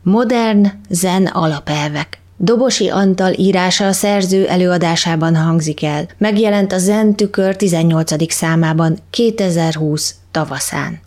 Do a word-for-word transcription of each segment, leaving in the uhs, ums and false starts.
Modern zen alapelvek. Dobosi Antal írása a szerző előadásában hangzik el. Megjelent a Zen Tükör tizennyolcadik számában kétezer-húsz tavaszán.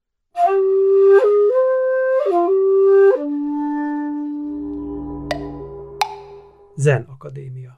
Zen Akadémia.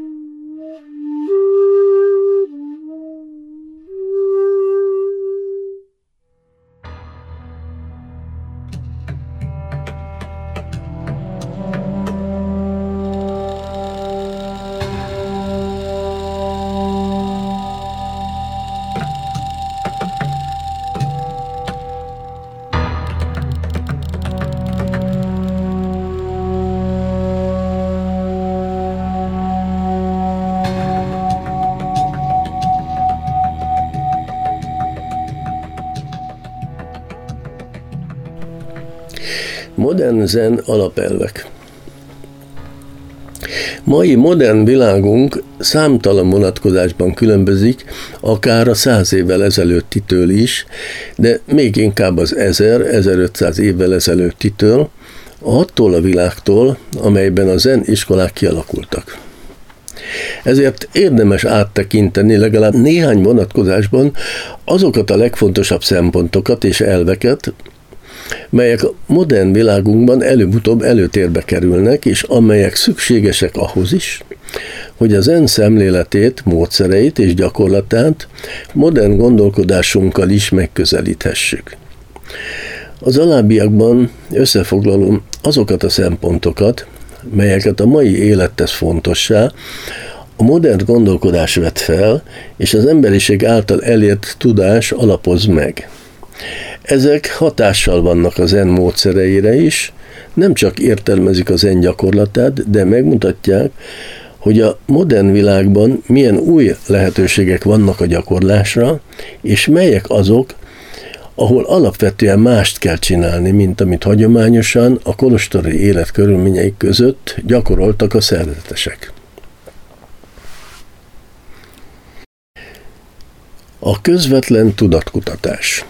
Modern zen alapelvek. Mai modern világunk számtalan vonatkozásban különbözik, akár a száz évvel ezelőttitől is, de még inkább az ezer-ezerötszáz évvel ezelőttitől, attól a világtól, amelyben a zen iskolák kialakultak. Ezért érdemes áttekinteni legalább néhány vonatkozásban azokat a legfontosabb szempontokat és elveket, melyek a modern világunkban előbb-utóbb előtérbe kerülnek, és amelyek szükségesek ahhoz is, hogy a zen szemléletét, módszereit és gyakorlatát modern gondolkodásunkkal is megközelíthessük. Az alábbiakban összefoglalom azokat a szempontokat, melyeket a mai élet tesz fontossá, a modern gondolkodás vett fel, és az emberiség által elért tudás alapoz meg. Ezek hatással vannak a zen módszereire is, nem csak értelmezik a zen gyakorlatát, de megmutatják, hogy a modern világban milyen új lehetőségek vannak a gyakorlásra, és melyek azok, ahol alapvetően mást kell csinálni, mint amit hagyományosan a kolostori élet körülményei között gyakoroltak a szerzetesek. A közvetlen tudatkutatás.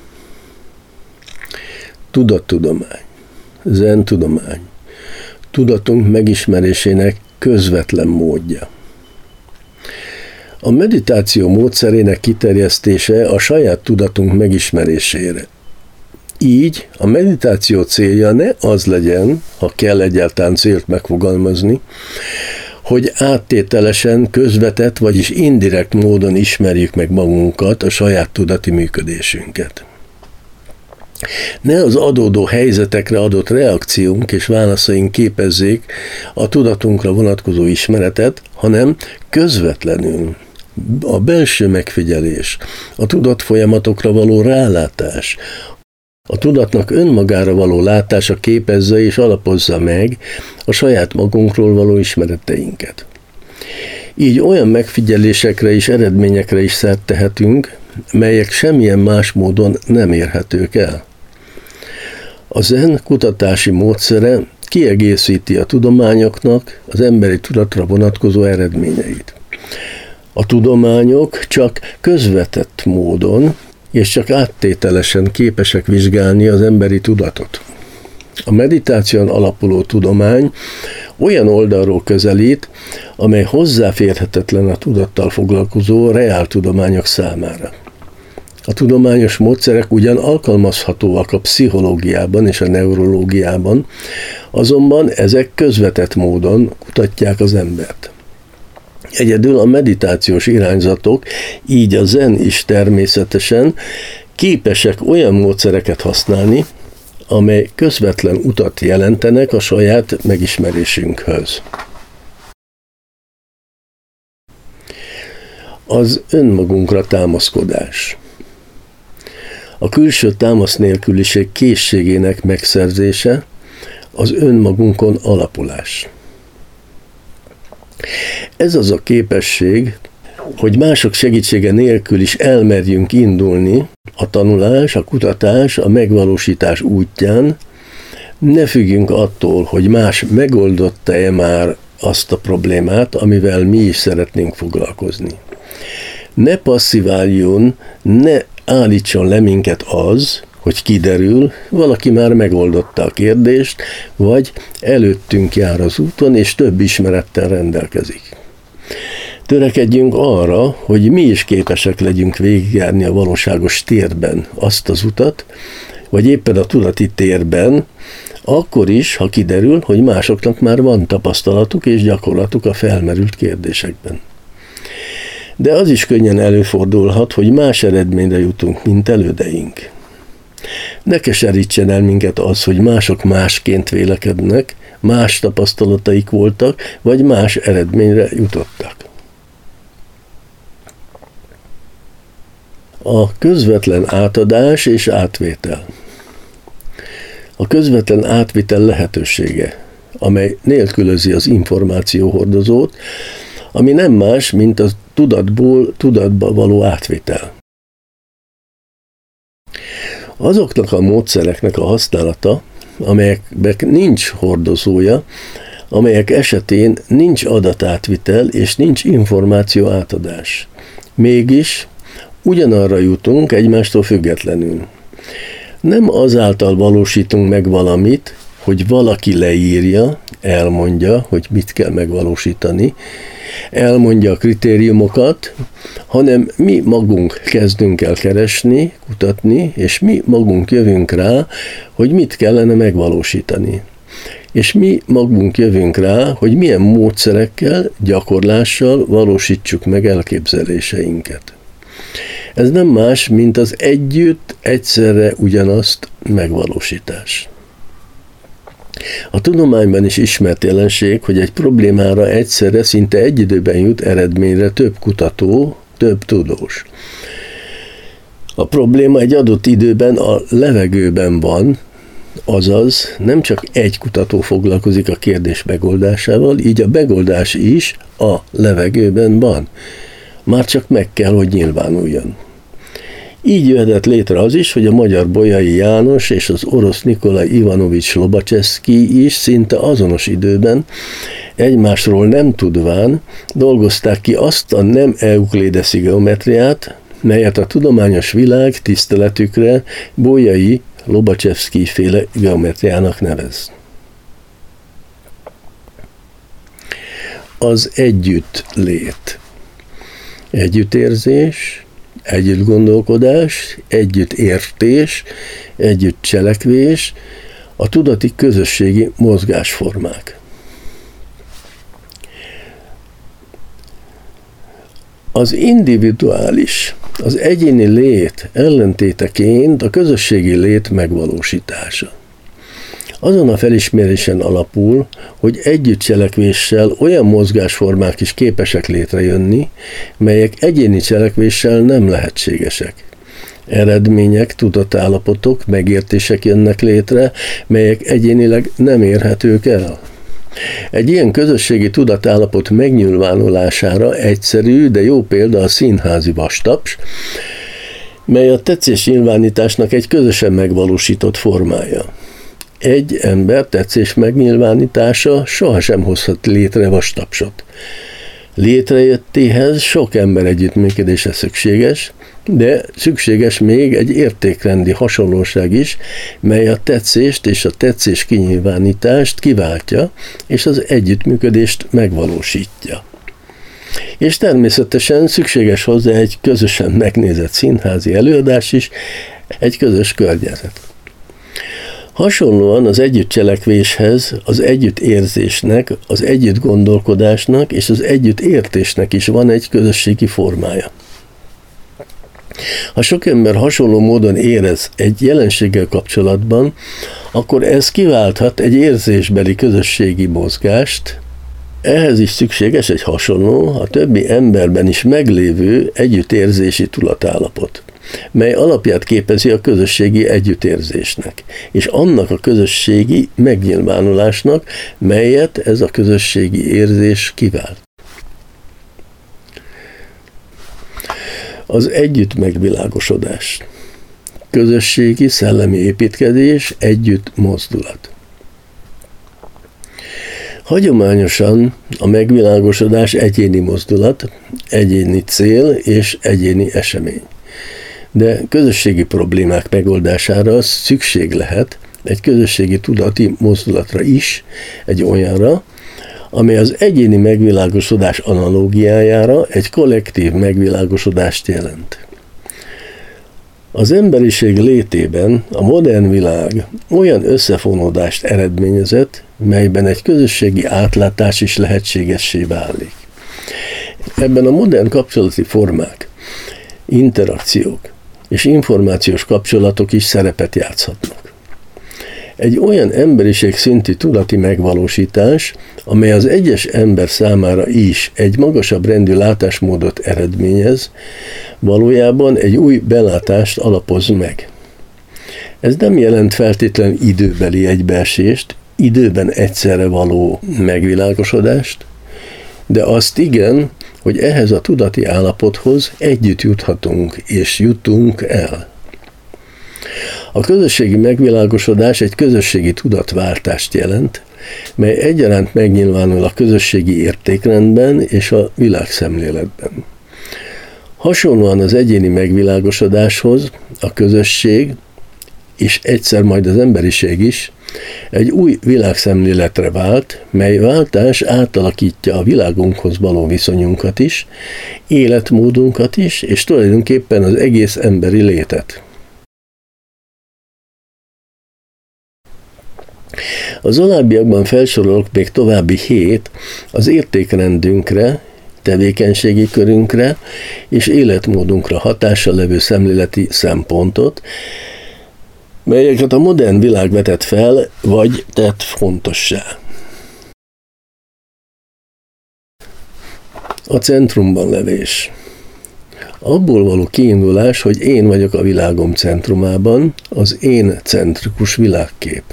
Tudattudomány, zen tudomány, tudatunk megismerésének közvetlen módja. A meditáció módszerének kiterjesztése a saját tudatunk megismerésére. Így a meditáció célja ne az legyen, ha kell egyáltalán célt megfogalmazni, hogy áttételesen, közvetett, vagyis indirekt módon ismerjük meg magunkat, a saját tudati működésünket. Ne az adódó helyzetekre adott reakciónk és válaszaink képezzék a tudatunkra vonatkozó ismeretet, hanem közvetlenül a belső megfigyelés, a tudatfolyamatokra való rálátás, a tudatnak önmagára való látása képezze és alapozza meg a saját magunkról való ismereteinket. Így olyan megfigyelésekre és eredményekre is szert tehetünk, melyek semmilyen más módon nem érhetők el. A zen kutatási módszere kiegészíti a tudományoknak az emberi tudatra vonatkozó eredményeit. A tudományok csak közvetett módon és csak áttételesen képesek vizsgálni az emberi tudatot. A meditáción alapuló tudomány olyan oldalról közelít, amely hozzáférhetetlen a tudattal foglalkozó reál tudományok számára. A tudományos módszerek ugyan alkalmazhatóak a pszichológiában és a neurológiában, azonban ezek közvetett módon kutatják az embert. Egyedül a meditációs irányzatok, így a zen is természetesen képesek olyan módszereket használni, amely közvetlen utat jelentenek a saját megismerésünkhöz. Az önmagunkra támaszkodás. A külső támasz nélküliség készségének megszerzése, az önmagunkon alapulás. Ez az a képesség, hogy mások segítsége nélkül is elmerjünk indulni a tanulás, a kutatás, a megvalósítás útján, ne függjünk attól, hogy más megoldotta-e már azt a problémát, amivel mi is szeretnénk foglalkozni. Ne passziváljon, ne állítson le minket az, hogy kiderül, valaki már megoldotta a kérdést, vagy előttünk jár az úton, és több ismerettel rendelkezik. Törekedjünk arra, hogy mi is képesek legyünk végigjárni a valóságos térben azt az utat, vagy éppen a tudati térben, akkor is, ha kiderül, hogy másoknak már van tapasztalatuk és gyakorlatuk a felmerült kérdésekben. De az is könnyen előfordulhat, hogy más eredményre jutunk, mint elődeink. Ne keserítsen el minket az, hogy mások másként vélekednek, más tapasztalataik voltak, vagy más eredményre jutottak. A közvetlen átadás és átvétel. A közvetlen átvitel lehetősége, amely nélkülözi az információhordozót, ami nem más, mint a tudatból tudatba való átvitel. Azoknak a módszereknek a használata, amelyeknek nincs hordozója, amelyek esetén nincs adatátvitel és nincs információ átadás. Mégis ugyanarra jutunk egymástól függetlenül. Nem azáltal valósítunk meg valamit, hogy valaki leírja, elmondja, hogy mit kell megvalósítani, elmondja a kritériumokat, hanem mi magunk kezdünk el keresni, kutatni, és mi magunk jövünk rá, hogy mit kellene megvalósítani. És mi magunk jövünk rá, hogy milyen módszerekkel, gyakorlással valósítsuk meg elképzeléseinket. Ez nem más, mint az együtt, egyszerre ugyanazt megvalósítás. A tudományban is ismert jelenség, hogy egy problémára egyszerre szinte egy időben jut eredményre több kutató, több tudós. A probléma egy adott időben a levegőben van, azaz nem csak egy kutató foglalkozik a kérdés megoldásával, így a megoldás is a levegőben van. Már csak meg kell, hogy nyilvánuljon. Így jöhetett létre az is, hogy a magyar Bolyai János és az orosz Nikolaj Ivanovics Lobaczewski is szinte azonos időben, egymásról nem tudván dolgozták ki azt a nem euklideszi geometriát, melyet a tudományos világ tiszteletükre Bolyai Lobaczewski féle geometriának nevez. Az együttlét. Együttérzés, együtt gondolkodás, együtt értés, együtt cselekvés, a tudati közösségi mozgásformák. Az individuális, az egyéni lét ellentéteként a közösségi lét megvalósítása. Azon a felismerésen alapul, hogy együtt cselekvéssel olyan mozgásformák is képesek létrejönni, melyek egyéni cselekvéssel nem lehetségesek. Eredmények, tudatállapotok, megértések jönnek létre, melyek egyénileg nem érhetők el. Egy ilyen közösségi tudatállapot megnyilvánulására egyszerű, de jó példa a színházi vastaps, mely a tetszésnyilvánításnak egy közösen megvalósított formája. Egy ember tetszés megnyilvánítása sohasem hozhat létre vastapsot. Létrejöttéhez sok ember együttműködése szükséges, de szükséges még egy értékrendi hasonlóság is, mely a tetszést és a tetszés kinyilvánítást kiváltja, és az együttműködést megvalósítja. És természetesen szükséges hozzá egy közösen megnézett színházi előadás is, egy közös környezet. Hasonlóan az együttcselekvéshez, az együttérzésnek, az együttgondolkodásnak és az együttértésnek is van egy közösségi formája. Ha sok ember hasonló módon érez egy jelenséggel kapcsolatban, akkor ez kiválthat egy érzésbeli közösségi mozgást. Ehhez is szükséges egy hasonló, a többi emberben is meglévő együttérzési tudatállapot, mely alapját képezi a közösségi együttérzésnek, és annak a közösségi megnyilvánulásnak, melyet ez a közösségi érzés kivált. Az együtt megvilágosodás. Közösségi szellemi építkezés, együtt mozdulat. Hagyományosan a megvilágosodás egyéni mozdulat, egyéni cél és egyéni esemény. de közösségi problémák megoldására szükség lehet egy közösségi tudati mozdulatra is, egy olyanra, amely az egyéni megvilágosodás analógiájára egy kollektív megvilágosodást jelent. Az emberiség létében a modern világ olyan összefonódást eredményezett, melyben egy közösségi átlátás is lehetségessé válik. Ebben a modern kapcsolati formák, interakciók és információs kapcsolatok is szerepet játszhatnak. Egy olyan emberiség szintű tudati megvalósítás, amely az egyes ember számára is egy magasabb rendű látásmódot eredményez, valójában egy új belátást alapoz meg. Ez nem jelent feltétlenül időbeli egybeesést, időben egyszerre való megvilágosodást, de azt igen, hogy ehhez a tudati állapothoz együtt juthatunk és jutunk el. A közösségi megvilágosodás egy közösségi tudatváltást jelent, mely egyaránt megnyilvánul a közösségi értékrendben és a világszemléletben. Hasonlóan az egyéni megvilágosodáshoz a közösség, és egyszer majd az emberiség is, egy új világszemléletre vált, mely váltás átalakítja a világunkhoz való viszonyunkat is, életmódunkat is, és tulajdonképpen az egész emberi létet. Az alábbiakban felsorolok még további hét az értékrendünkre, tevékenységi körünkre és életmódunkra hatással levő szemléleti szempontot, melyeket a modern világ vetett fel, vagy tett fontossá. A centrumban levés. Abból való kiindulás, hogy én vagyok a világom centrumában, az én centrikus világkép.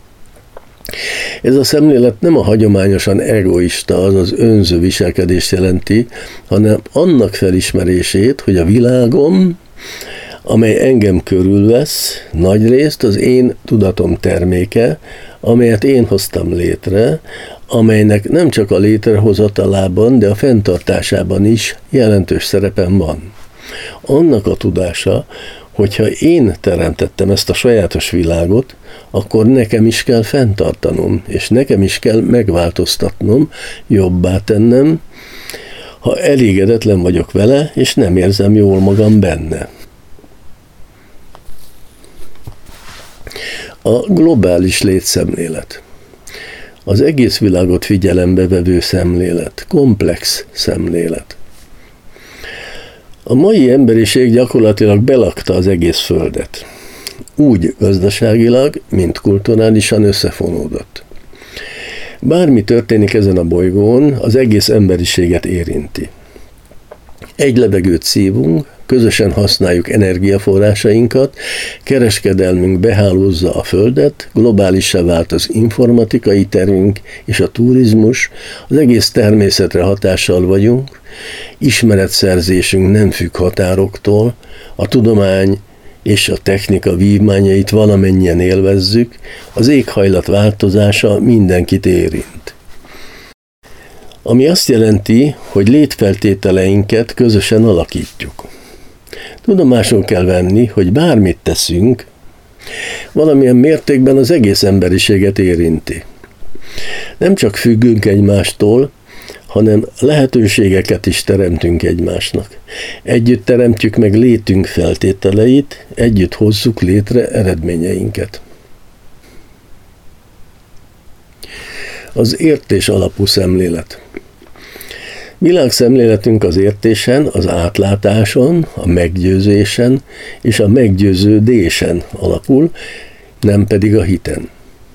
Ez a szemlélet nem a hagyományosan egoista, azaz önző viselkedést jelenti, hanem annak felismerését, hogy a világom, amely engem körülvesz, nagyrészt az én tudatom terméke, amelyet én hoztam létre, amelynek nem csak a létrehozatalában, de a fenntartásában is jelentős szerepem van. Annak a tudása, hogyha én teremtettem ezt a sajátos világot, akkor nekem is kell fenntartanom, és nekem is kell megváltoztatnom, jobbá tennem, ha elégedetlen vagyok vele, és nem érzem jól magam benne. A globális létszemlélet. Az egész világot figyelembe vevő szemlélet, komplex szemlélet. A mai emberiség gyakorlatilag belakta az egész földet. Úgy gazdaságilag, mint kulturálisan összefonódott. Bármi történik ezen a bolygón, az egész emberiséget érinti. Egy levegőt szívunk, közösen használjuk energiaforrásainkat, kereskedelmünk behálózza a földet, globálissá vált az informatikai terünk és a turizmus, az egész természetre hatással vagyunk, ismeretszerzésünk nem függ határoktól, a tudomány és a technika vívmányait valamennyien élvezzük, az éghajlat változása mindenkit érint. Ami azt jelenti, hogy létfeltételeinket közösen alakítjuk. Tudomásul kell venni, hogy bármit teszünk, valamilyen mértékben az egész emberiséget érinti. Nem csak függünk egymástól, hanem lehetőségeket is teremtünk egymásnak. Együtt teremtjük meg létünk feltételeit, együtt hozzuk létre eredményeinket. Az értés alapú szemlélet. Világszemléletünk az értésen, az átlátáson, a meggyőzésen és a meggyőződésen alapul, nem pedig a hiten.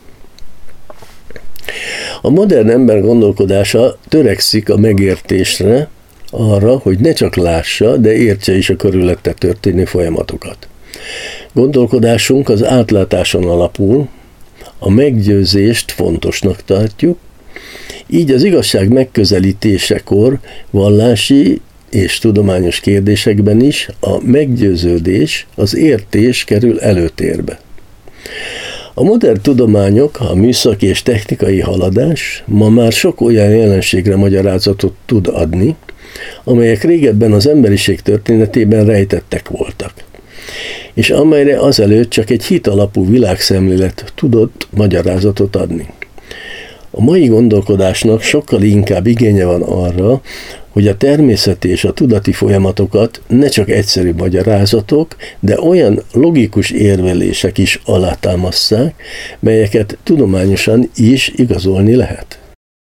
A modern ember gondolkodása törekszik a megértésre, arra, hogy ne csak lássa, de értse is a körülötte történő folyamatokat. Gondolkodásunk az átlátáson alapul, a meggyőzést fontosnak tartjuk, így az igazság megközelítésekor vallási és tudományos kérdésekben is a meggyőződés, az értés kerül előtérbe. A modern tudományok, a műszaki és technikai haladás ma már sok olyan jelenségre magyarázatot tud adni, amelyek régebben az emberiség történetében rejtettek voltak. és amelyre azelőtt csak egy hitalapú világszemlélet tudott magyarázatot adni. A mai gondolkodásnak sokkal inkább igénye van arra, hogy a természeti és a tudati folyamatokat ne csak egyszerű magyarázatok, de olyan logikus érvelések is alátámasszák, melyeket tudományosan is igazolni lehet.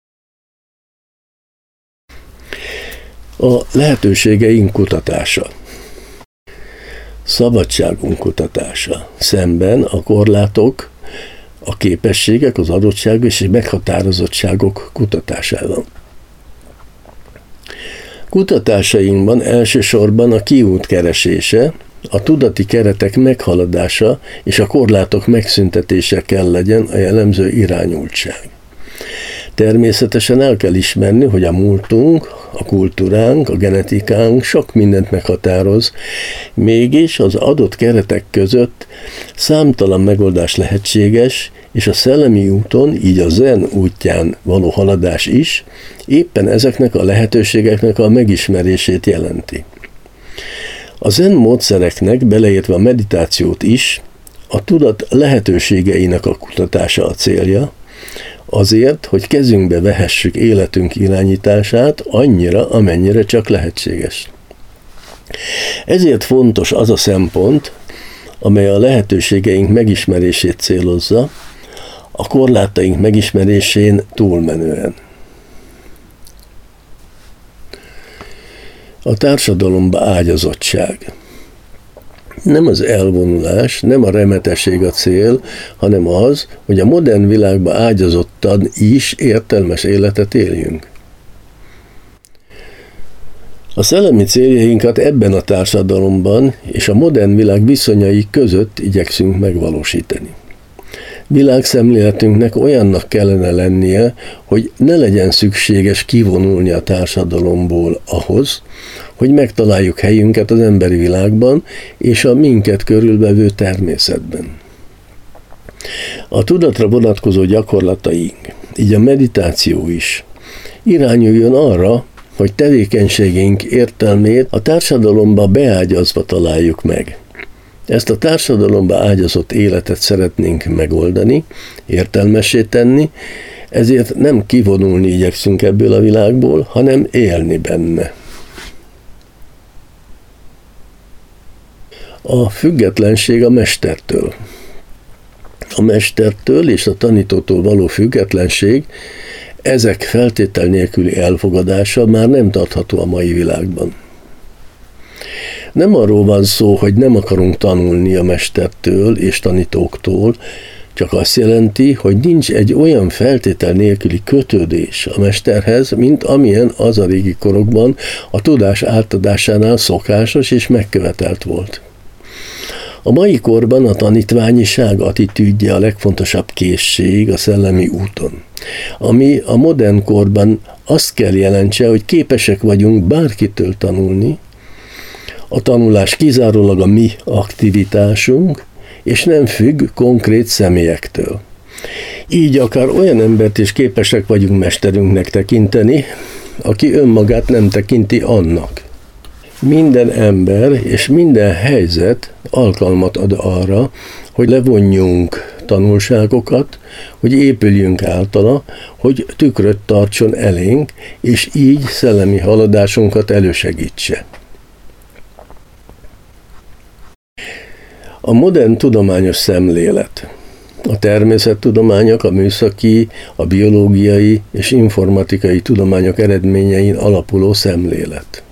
A lehetőségeink kutatása. Szabadságunk kutatása. Szemben a korlátok, a képességek, az adottságok és meghatározottságok kutatásával. Kutatásainkban elsősorban a kiút keresése, a tudati keretek meghaladása és a korlátok megszüntetése kell legyen a jellemző irányultság. Természetesen el kell ismerni, hogy a múltunk, a kultúránk, a genetikánk sok mindent meghatároz, mégis az adott keretek között számtalan megoldás lehetséges, és a szellemi úton, így a zen útján való haladás is éppen ezeknek a lehetőségeknek a megismerését jelenti. A zen módszereknek, beleértve a meditációt is, a tudat lehetőségeinek a kutatása a célja, azért, hogy kezünkbe vehessük életünk irányítását annyira, amennyire csak lehetséges. Ezért fontos az a szempont, amely a lehetőségeink megismerését célozza, a korlátaink megismerésén túlmenően. A társadalomba ágyazottság. Nem az elvonulás, nem a remetesség a cél, hanem az, hogy a modern világba ágyazottan is értelmes életet éljünk. A szellemi céljainkat ebben a társadalomban és a modern világ viszonyai között igyekszünk megvalósítani. Világszemléletünknek olyannak kellene lennie, hogy ne legyen szükséges kivonulni a társadalomból ahhoz, hogy megtaláljuk helyünket az emberi világban és a minket körülvevő természetben. A tudatra vonatkozó gyakorlataink, így a meditáció is, irányuljon arra, hogy tevékenységeink értelmét a társadalomba beágyazva találjuk meg. Ezt a társadalomba ágyazott életet szeretnénk megoldani, értelmessé tenni, ezért nem kivonulni igyekszünk ebből a világból, hanem élni benne. A függetlenség a mestertől. A mestertől és a tanítótól való függetlenség, ezek feltétel nélküli elfogadása már nem tartható a mai világban. Nem arról van szó, hogy nem akarunk tanulni a mestertől és tanítóktól, csak azt jelenti, hogy nincs egy olyan feltétel nélküli kötődés a mesterhez, mint amilyen az a régi korokban a tudás átadásánál szokásos és megkövetelt volt. A mai korban a tanítványiság attitűdje a legfontosabb készség a szellemi úton, ami a modern korban azt kell jelentse, hogy képesek vagyunk bárkitől tanulni, a tanulás kizárólag a mi aktivitásunk, és nem függ konkrét személyektől. Így akár olyan embert is képesek vagyunk mesterünknek tekinteni, aki önmagát nem tekinti annak. Minden ember és minden helyzet alkalmat ad arra, hogy levonjunk tanulságokat, hogy épüljünk általa, hogy tükröt tartson elénk, és így szellemi haladásunkat elősegítse. A modern tudományos szemlélet, a természettudományok, a műszaki, a biológiai és informatikai tudományok eredményein alapuló szemlélet.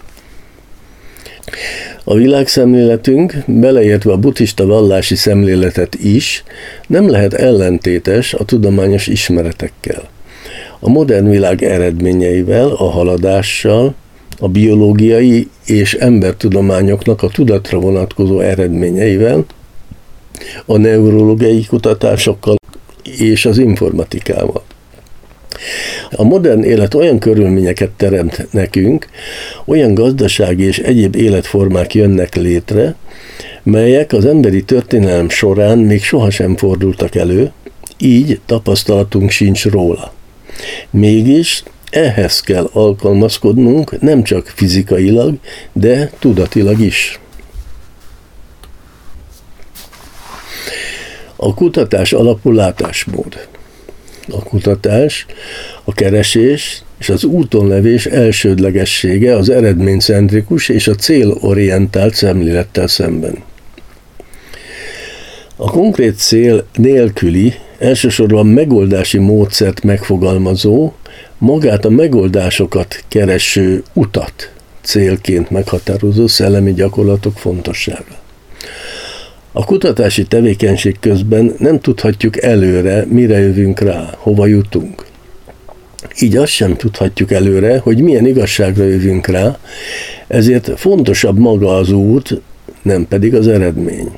A világszemléletünk, beleértve a buddhista vallási szemléletet is, nem lehet ellentétes a tudományos ismeretekkel. A modern világ eredményeivel, a haladással, a biológiai és embertudományoknak a tudatra vonatkozó eredményeivel, a neurológiai kutatásokkal és az informatikával. A modern élet olyan körülményeket teremt nekünk, olyan gazdasági és egyéb életformák jönnek létre, melyek az emberi történelem során még sohasem fordultak elő, így tapasztalatunk sincs róla. Mégis ehhez kell alkalmazkodnunk nem csak fizikailag, de tudatilag is. A kutatás alapú látásmód. A kutatás, a keresés és az útonlevés elsődlegessége az eredménycentrikus és a célorientált szemlélettel szemben. A konkrét cél nélküli, elsősorban megoldási módszert megfogalmazó, magát a megoldásokat kereső utat célként meghatározó szellemi gyakorlatok fontossága. A kutatási tevékenység közben nem tudhatjuk előre, mire jövünk rá, hova jutunk. Így azt sem tudhatjuk előre, hogy milyen igazságra jövünk rá, ezért fontosabb maga az út, nem pedig az eredmény.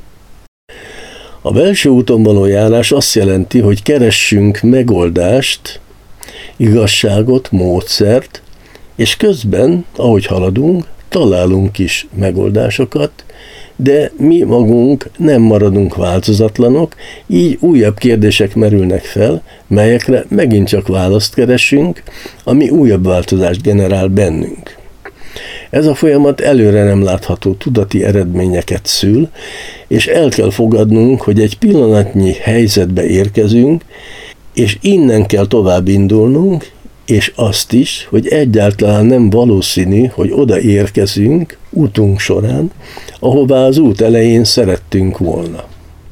A belső úton való járás azt jelenti, hogy keressünk megoldást, igazságot, módszert, és közben, ahogy haladunk, találunk is megoldásokat, de mi magunk nem maradunk változatlanok, így újabb kérdések merülnek fel, melyekre megint csak választ keresünk, ami újabb változást generál bennünk. Ez a folyamat előre nem látható tudati eredményeket szül, és el kell fogadnunk, hogy egy pillanatnyi helyzetbe érkezünk, és innen kell tovább indulnunk, és azt is, hogy egyáltalán nem valószínű, hogy oda érkezünk útunk során, ahová az út elején szerettünk volna.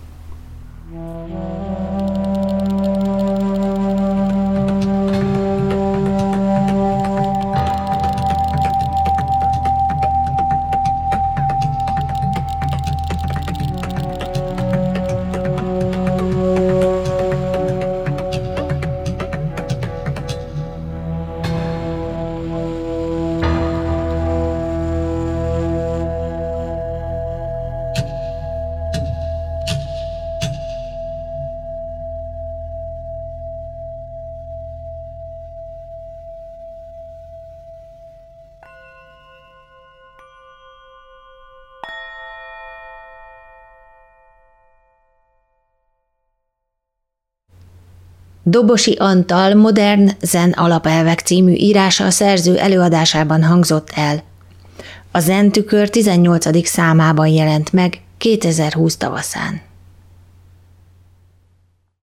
Dobosi Antal Modern Zen alapelvek című írása a szerző előadásában hangzott el. A Zen tükör tizennyolcadik számában jelent meg kétezer-húsz tavaszán.